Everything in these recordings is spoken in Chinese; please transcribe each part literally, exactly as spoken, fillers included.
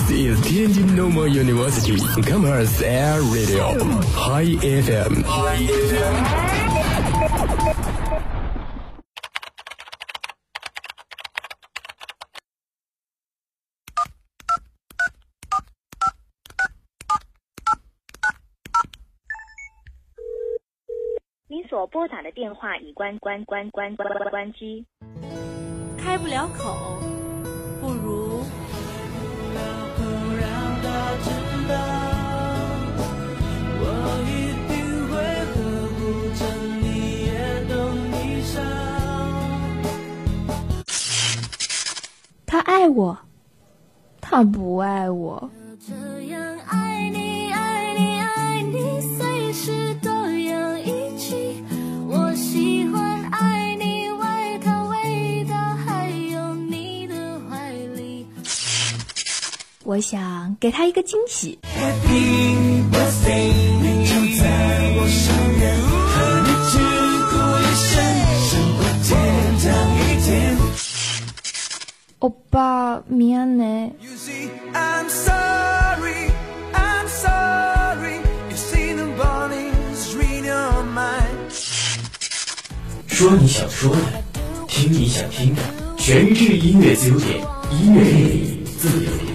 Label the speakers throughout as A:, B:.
A: This is Tianjin Normal University Commerce Air Radio High F M。
B: 您所拨打的电话已关关关关关关关机，
C: 开不了口，不如
D: 让他知道，我一定会呵护着你，也懂你伤。
E: 他爱我，他不爱我。
D: 这样爱你，爱你，爱你，随时都要一起。我喜欢爱你外套味道，还有你的怀里。
E: 我想给他一个惊喜。
D: Happy birthday， 你就在我身边，和你去过一生，胜过天堂一天。
E: 欧巴，미안해。
D: You see, I'm sorry, I'm sorry. You see the bodies read your mind.
F: 说你想说的，听你想听的，全智音乐自由点，音乐魅力自由点。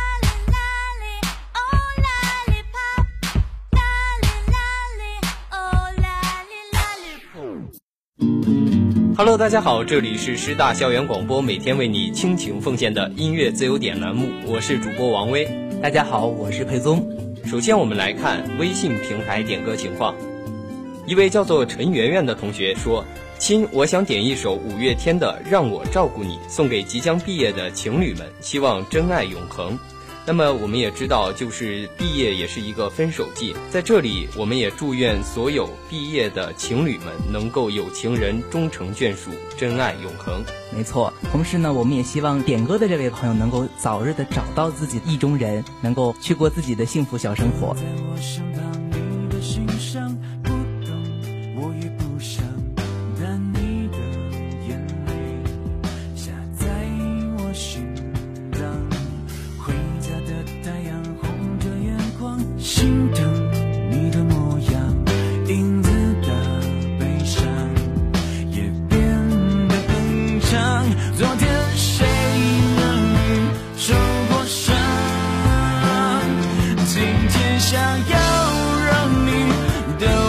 G: Hello， 大家好，这里是师大校园广播，每天为你倾情奉献的音乐自由点栏目，我是主播王威。
H: 大家好，我是佩宗。
G: 首先我们来看微信平台点歌情况。一位叫做陈圆圆的同学说，亲，我想点一首五月天的《让我照顾你》，送给即将毕业的情侣们，希望真爱永恒。那么我们也知道，就是毕业也是一个分手季，在这里我们也祝愿所有毕业的情侣们能够有情人终成眷属，真爱永恒。
H: 没错，同时呢，我们也希望点歌的这位朋友能够早日的找到自己意中人，能够去过自己的幸福小生活。在我身旁，你的心上不懂，我也不想，但你的眼泪下在我心脏，回家的太阳红着眼眶，心疼你的模样，影子的悲伤也变得更长。昨天谁能受过伤，今天想要让你的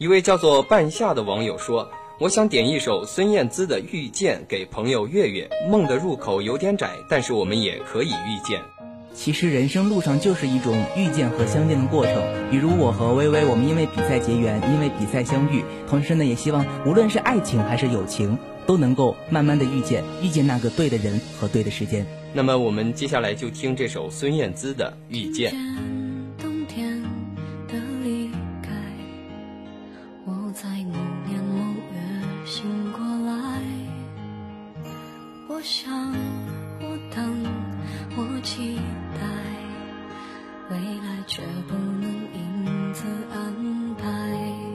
G: 一位叫做半夏的网友说，我想点一首孙燕姿的《遇见》给朋友月月，梦的入口有点窄，但是我们也可以遇见。
H: 其实人生路上就是一种遇见和相见的过程，比如我和微微，我们因为比赛结缘，因为比赛相遇，同时呢也希望无论是爱情还是友情都能够慢慢的遇见遇见那个对的人和对的时间。
G: 那么我们接下来就听这首孙燕姿的《遇见》。
D: 冬天的离开，我在某年某月醒过来，我想我等我期待，未来却不能因此安排。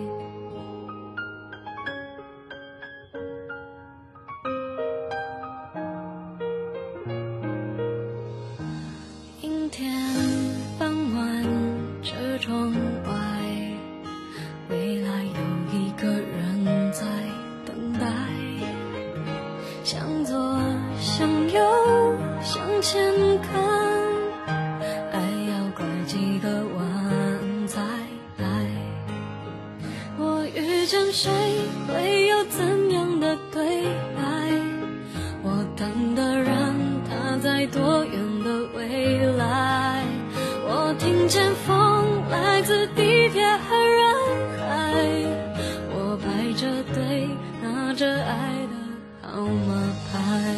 D: 阴天傍晚，车窗外，未来有一个人在等待，向左向右向前看，爱要拐几个弯才来。我遇见谁会有怎样的对白，我等的人他在多远的未来，我听见风来自地铁和人海，我排着队拿着爱的号码牌。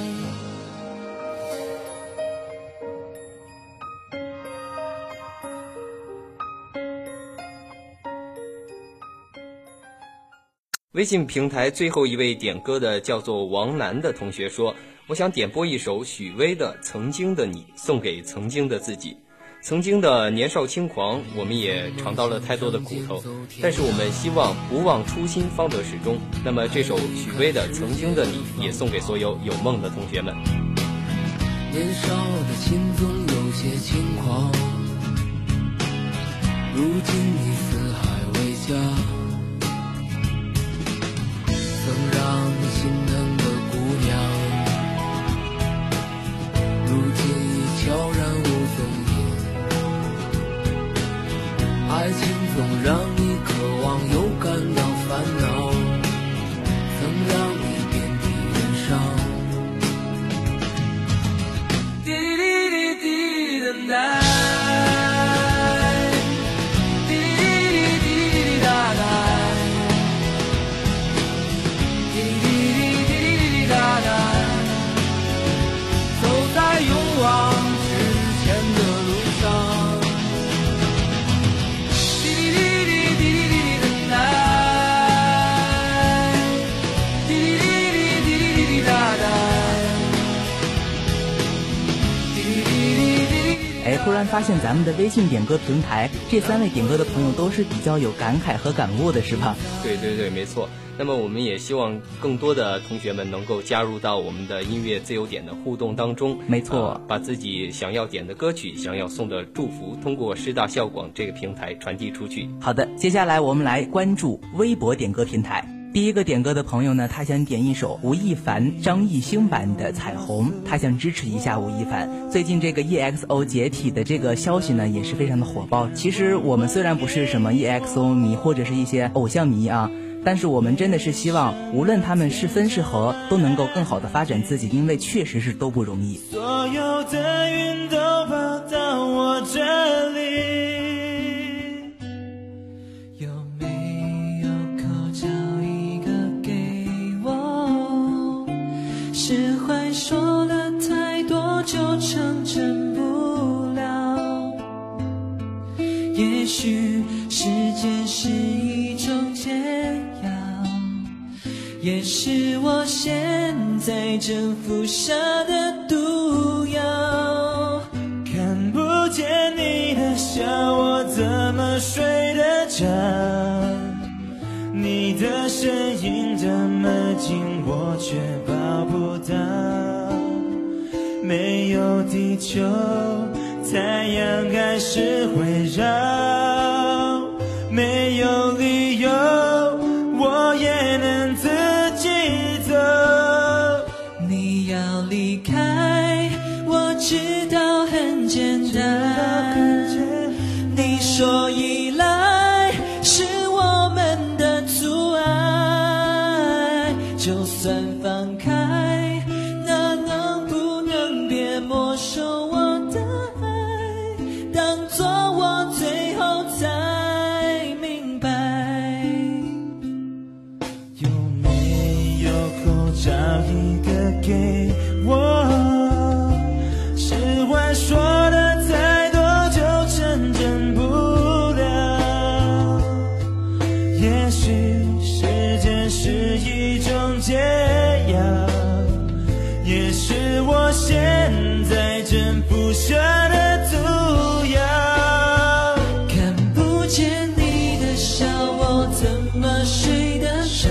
G: 微信平台最后一位点歌的叫做王楠的同学说，我想点播一首许巍的《曾经的你》，送给曾经的自己。曾经的年少轻狂，我们也尝到了太多的苦头，但是我们希望不忘初心，方得始终。那么这首许巍的《曾经的你》也送给所有有梦的同学们。
I: 年少的心总有些轻狂，如今你四海为家，曾让你心疼的姑娘，如今已悄然无踪影。爱情总让你渴望又感到烦恼，曾让你遍体鳞伤。滴滴滴滴滴的奶，滴滴滴滴滴滴答答，滴滴滴滴滴滴答答，走在勇往直前的路上。
H: 哎，突然发现咱们的微信点歌平台，这三位点歌的朋友都是比较有感慨和感悟的，是吧？
G: 对对对，没错。那么我们也希望更多的同学们能够加入到我们的音乐自由点的互动当中。
H: 没错、
G: 呃，把自己想要点的歌曲、想要送的祝福，通过师大校广这个平台传递出去。
H: 好的，接下来我们来关注微博点歌平台。第一个点歌的朋友呢，他想点一首吴亦凡、张艺兴版的《彩虹》，他想支持一下吴亦凡。最近这个 E X O 解体的这个消息呢，也是非常的火爆。其实我们虽然不是什么 E X O 迷或者是一些偶像迷啊，但是我们真的是希望，无论他们是分是合，都能够更好的发展自己，因为确实是都不容易。
I: 所有的云都跑到我这里。
J: 释怀说了太多就成真不了，也许时间是一种解药，也是我现在正服下的毒药。看不见你的笑，我怎么睡得着？你的身影这么近，我却抱不到。没有地球，太阳还是会绕。没有理由，我也能自己走。你要离开，我知道很简单。你说依赖是我们的算放开，那能不能别没收我的爱，当作我最后才明白。有没有空找一个给我，实话说的太多就成真不了，也许时间是一种解药，也是我现在正服下的毒药。看不见你的笑，我怎么睡得着？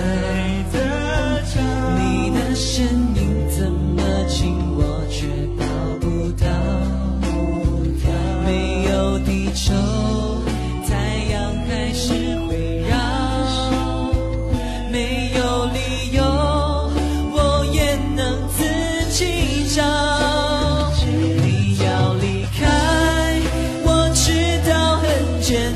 J: 你的身影怎么近，我却抱不到。没有地球，太阳还是会绕。没有理由，我也能自己找。你要离开，我知道很简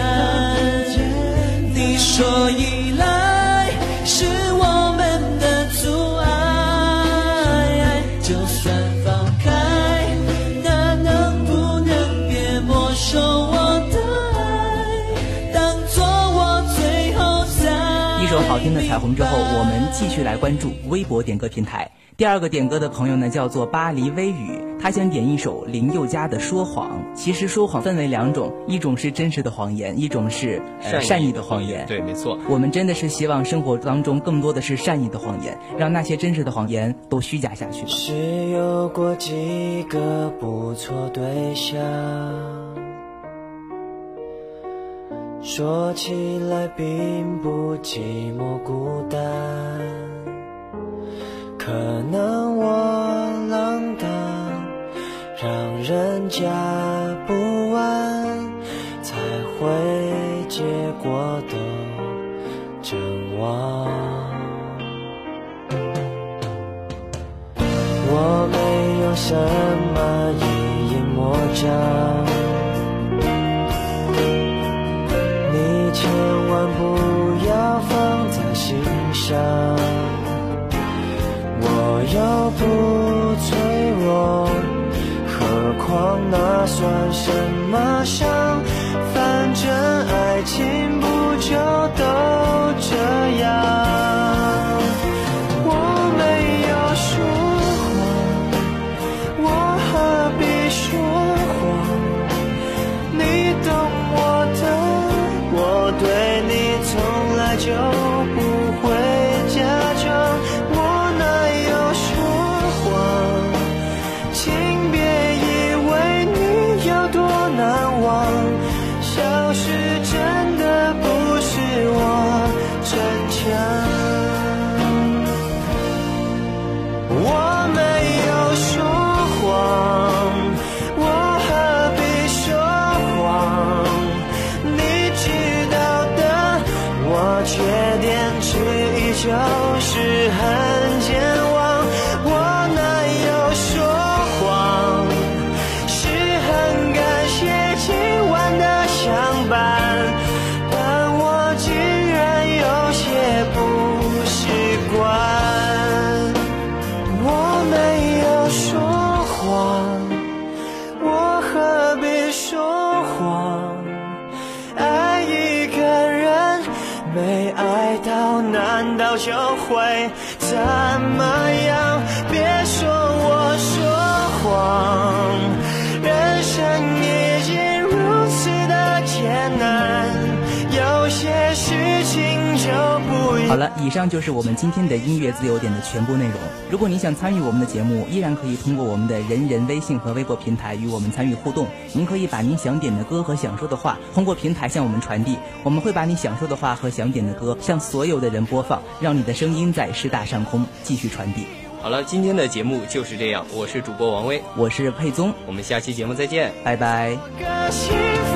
J: 单。你说依赖是我们的阻碍，就算放开，那能不能别没收我的爱，当作我最后才。
H: 一首好听的彩虹之后，我们继续来关注微博点歌平台。第二个点歌的朋友呢，叫做巴黎微雨，他想点一首林宥嘉的《说谎》。其实说谎分为两种，一种是真实的谎言，一种是、呃、善意的谎言。
G: 对，没错。
H: 我们真的是希望生活当中更多的是善意的谎言，让那些真实的谎言都虚假下去。
I: 是有过几个不错对象，说起来并不寂寞孤单，可能我浪荡，让人家不安，才会结果都真忘。我没有什么一言魔障，你千万不要放在心上，我又不脆弱，何况那算什么伤？反正爱情不就都这样。我没有说谎，我何必说谎？你懂我的，我对你从来就不会假装。我哪有说谎？请别以为你有多难忘，消失真的不是我逞强。我没有说谎，我何必说谎？你知道的，我缺点之一就是很健忘。我哪有说谎？是很感谢今晚的相伴，但我竟然有些不习惯。我没有说谎，我何必说谎？爱一个人没爱到，难道就会怎么样？别说我说谎，人生已经如此的艰难，有些事情就不
H: 好了，以上就是我们今天的音乐自由点的全部内容。如果你想参与我们的节目，依然可以通过我们的人人微信和微博平台与我们参与互动。您可以把您想点的歌和想说的话通过平台向我们传递，我们会把你想说的话和想点的歌向所有的人播放，让你的声音在师大上空继续传递。
G: 好了，今天的节目就是这样，我是主播王威，
H: 我是佩宗，
G: 我们下期节目再见，
H: 拜拜。
I: 个幸福